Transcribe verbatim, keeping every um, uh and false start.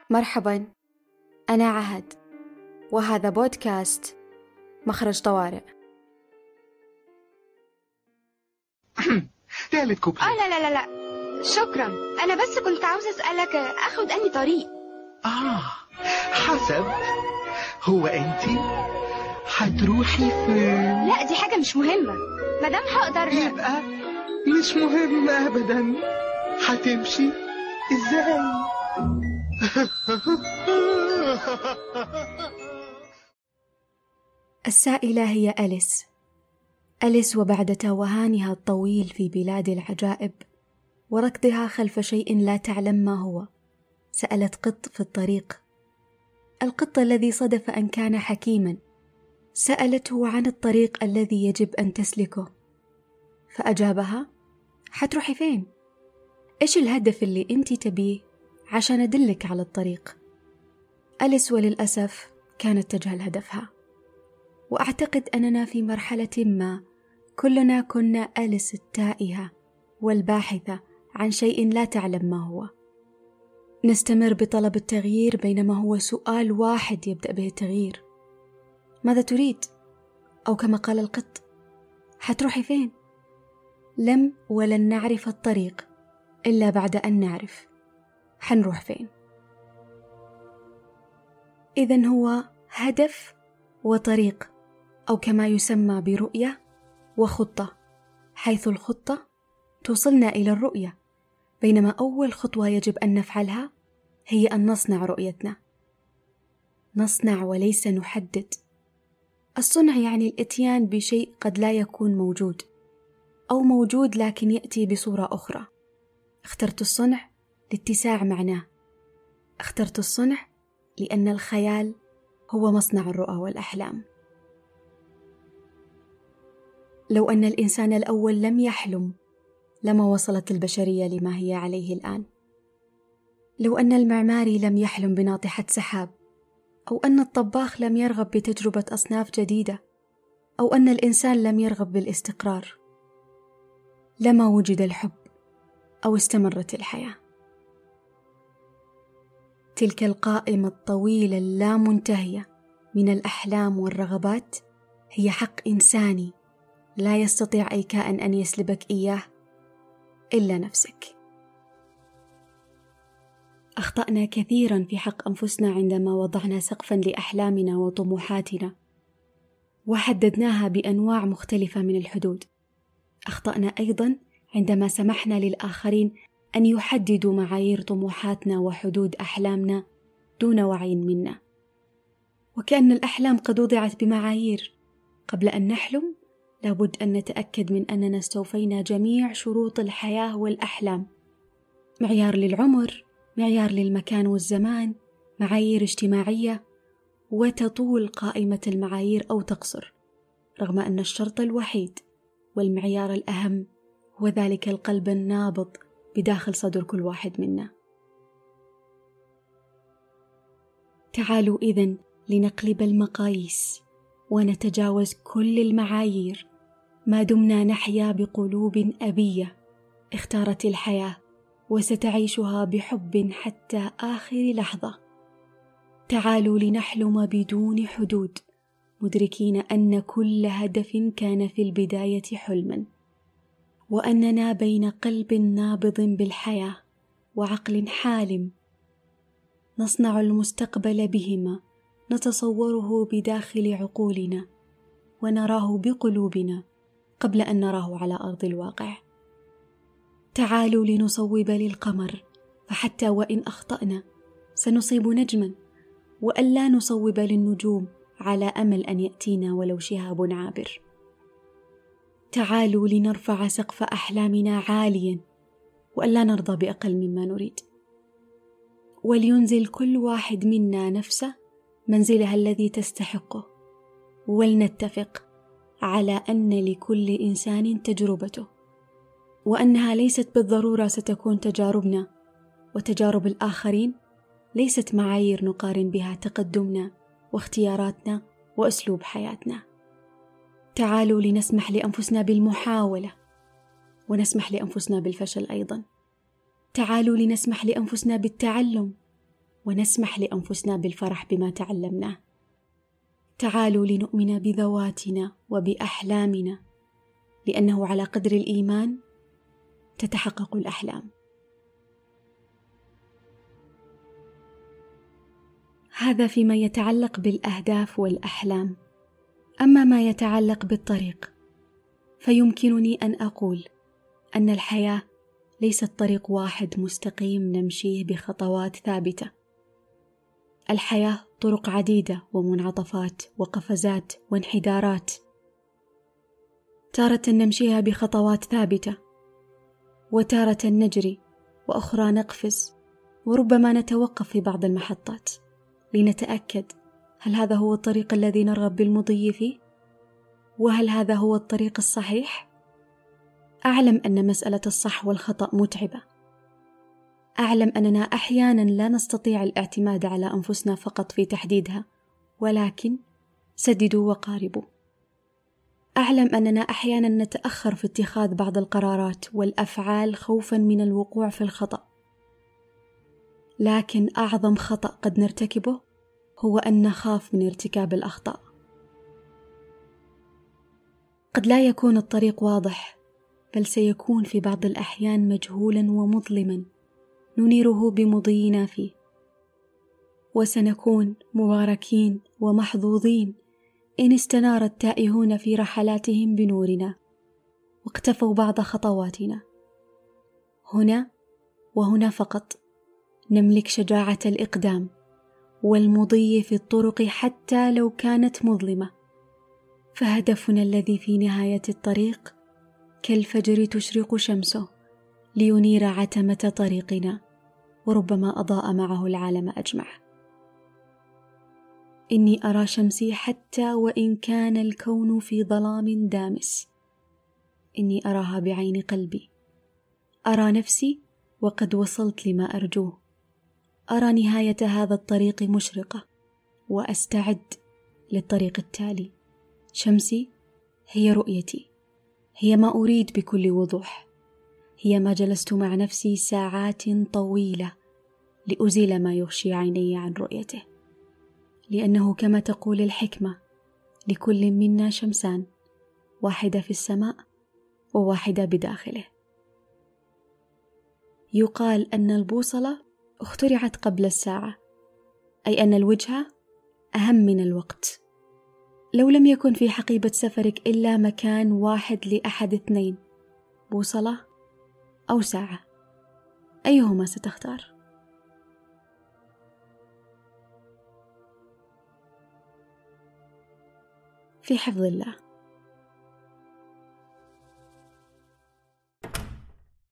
مرحباً، أنا عهد، وهذا بودكاست مخرج طوارئ. ثالث كوبليه. آه لا لا لا لا شكرا، أنا بس كنت عاوزة أسألك أخد أنهي طريق؟ آه حسب. هو أنتي هتروحي فين؟ لا دي حاجة مش مهمة، مدام هقدر. يبقى مش مهم أبدا. هتمشي إزاي؟ السائلة هي أليس. أليس وبعد توهانها الطويل في بلاد العجائب وركضها خلف شيء لا تعلم ما هو، سألت قط في الطريق، القط الذي صدف أن كان حكيما، سألته عن الطريق الذي يجب أن تسلكه، فأجابها: حتروحي فين؟ إيش الهدف اللي أنت تبيه عشان أدلك على الطريق؟ أليس وللأسف كانت تجهل هدفها، وأعتقد أننا في مرحلة ما كلنا كنا أليس التائهة والباحثة عن شيء لا تعلم ما هو. نستمر بطلب التغيير بينما هو سؤال واحد يبدأ به التغيير: ماذا تريد؟ أو كما قال القط: حتروحي فين؟ لم ولن نعرف الطريق إلا بعد أن نعرف حنروح فين. إذن هو هدف وطريق، أو كما يسمى برؤية وخطة، حيث الخطة توصلنا إلى الرؤية، بينما أول خطوة يجب أن نفعلها هي أن نصنع رؤيتنا. نصنع وليس نحدد. الصنع يعني الإتيان بشيء قد لا يكون موجود، أو موجود لكن يأتي بصورة أخرى. اخترت الصنع لاتساع معناه، اخترت الصنع لأن الخيال هو مصنع الرؤى والأحلام. لو أن الإنسان الأول لم يحلم لما وصلت البشرية لما هي عليه الآن. لو أن المعماري لم يحلم بناطحة سحاب، أو أن الطباخ لم يرغب بتجربة أصناف جديدة، أو أن الإنسان لم يرغب بالاستقرار، لما وجد الحب أو استمرت الحياة. تلك القائمة الطويلة اللامنتهية من الأحلام والرغبات هي حق إنساني لا يستطيع أي كائن أن يسلبك إياه إلا نفسك. أخطأنا كثيرا في حق أنفسنا عندما وضعنا سقفا لأحلامنا وطموحاتنا وحددناها بأنواع مختلفة من الحدود. أخطأنا أيضا عندما سمحنا للآخرين أن يحددوا معايير طموحاتنا وحدود أحلامنا دون وعي منا، وكأن الأحلام قد وضعت بمعايير. قبل أن نحلم لابد أن نتأكد من أننا استوفينا جميع شروط الحياة والأحلام: معيار للعمر، معيار للمكان والزمان، معايير اجتماعية، وتطول قائمة المعايير أو تقصر، رغم أن الشرط الوحيد والمعيار الأهم هو ذلك القلب النابض بداخل صدر كل واحد منا. تعالوا إذن لنقلب المقاييس ونتجاوز كل المعايير ما دمنا نحيا بقلوب أبية اختارت الحياة وستعيشها بحب حتى آخر لحظة. تعالوا لنحلم بدون حدود، مدركين أن كل هدف كان في البداية حلما، وأننا بين قلب نابض بالحياة وعقل حالم. نصنع المستقبل بهما، نتصوره بداخل عقولنا ونراه بقلوبنا قبل أن نراه على أرض الواقع. تعالوا لنصوب للقمر، فحتى وإن أخطأنا سنصيب نجما، وألا نصوب للنجوم على أمل أن يأتينا ولو شهاب عابر. تعالوا لنرفع سقف أحلامنا عاليا، وألا نرضى بأقل مما نريد، ولينزل كل واحد منا نفسه منزلها الذي تستحقه، ولنتفق على أن لكل إنسان تجربته، وأنها ليست بالضرورة ستكون تجاربنا، وتجارب الآخرين ليست معايير نقارن بها تقدمنا واختياراتنا وأسلوب حياتنا. تعالوا لنسمح لأنفسنا بالمحاولة، ونسمح لأنفسنا بالفشل أيضا. تعالوا لنسمح لأنفسنا بالتعلم، ونسمح لأنفسنا بالفرح بما تعلمناه. تعالوا لنؤمن بذواتنا وبأحلامنا، لأنه على قدر الإيمان تتحقق الأحلام. هذا فيما يتعلق بالأهداف والأحلام. أما ما يتعلق بالطريق، فيمكنني أن أقول أن الحياة ليست طريق واحد مستقيم نمشيه بخطوات ثابتة. الحياة طرق عديدة ومنعطفات وقفزات وانحدارات، تارة نمشيها بخطوات ثابتة، وتارة نجري، وأخرى نقفز، وربما نتوقف في بعض المحطات لنتأكد هل هذا هو الطريق الذي نرغب بالمضي فيه؟ وهل هذا هو الطريق الصحيح؟ أعلم أن مسألة الصح والخطأ متعبة. أعلم أننا أحيانا لا نستطيع الاعتماد على أنفسنا فقط في تحديدها، ولكن سددوا وقاربوا. أعلم أننا أحيانا نتأخر في اتخاذ بعض القرارات والأفعال خوفا من الوقوع في الخطأ، لكن أعظم خطأ قد نرتكبه هو أن نخاف من ارتكاب الأخطاء. قد لا يكون الطريق واضح، بل سيكون في بعض الأحيان مجهولا ومظلما ننيره بمضينا فيه، وسنكون مباركين ومحظوظين إن استنار التائهون في رحلاتهم بنورنا واقتفوا بعض خطواتنا. هنا وهنا فقط نملك شجاعة الإقدام والمضي في الطرق حتى لو كانت مظلمة، فهدفنا الذي في نهاية الطريق كالفجر تشرق شمسه لينير عتمة طريقنا، وربما أضاء معه العالم أجمع. إني أرى شمسي حتى وإن كان الكون في ظلام دامس. إني أراها بعين قلبي، أرى نفسي وقد وصلت لما أرجوه، أرى نهاية هذا الطريق مشرقة وأستعد للطريق التالي. شمسي هي رؤيتي، هي ما أريد بكل وضوح، هي ما جلست مع نفسي ساعات طويلة لأزيل ما يغشي عيني عن رؤيته، لأنه كما تقول الحكمة لكل منا شمسان، واحدة في السماء وواحدة بداخله. يقال أن البوصلة اخترعت قبل الساعة، أي أن الوجهة أهم من الوقت. لو لم يكن في حقيبة سفرك إلا مكان واحد لأحد اثنين، بوصلة أو ساعة، أيهما ستختار؟ في حفظ الله.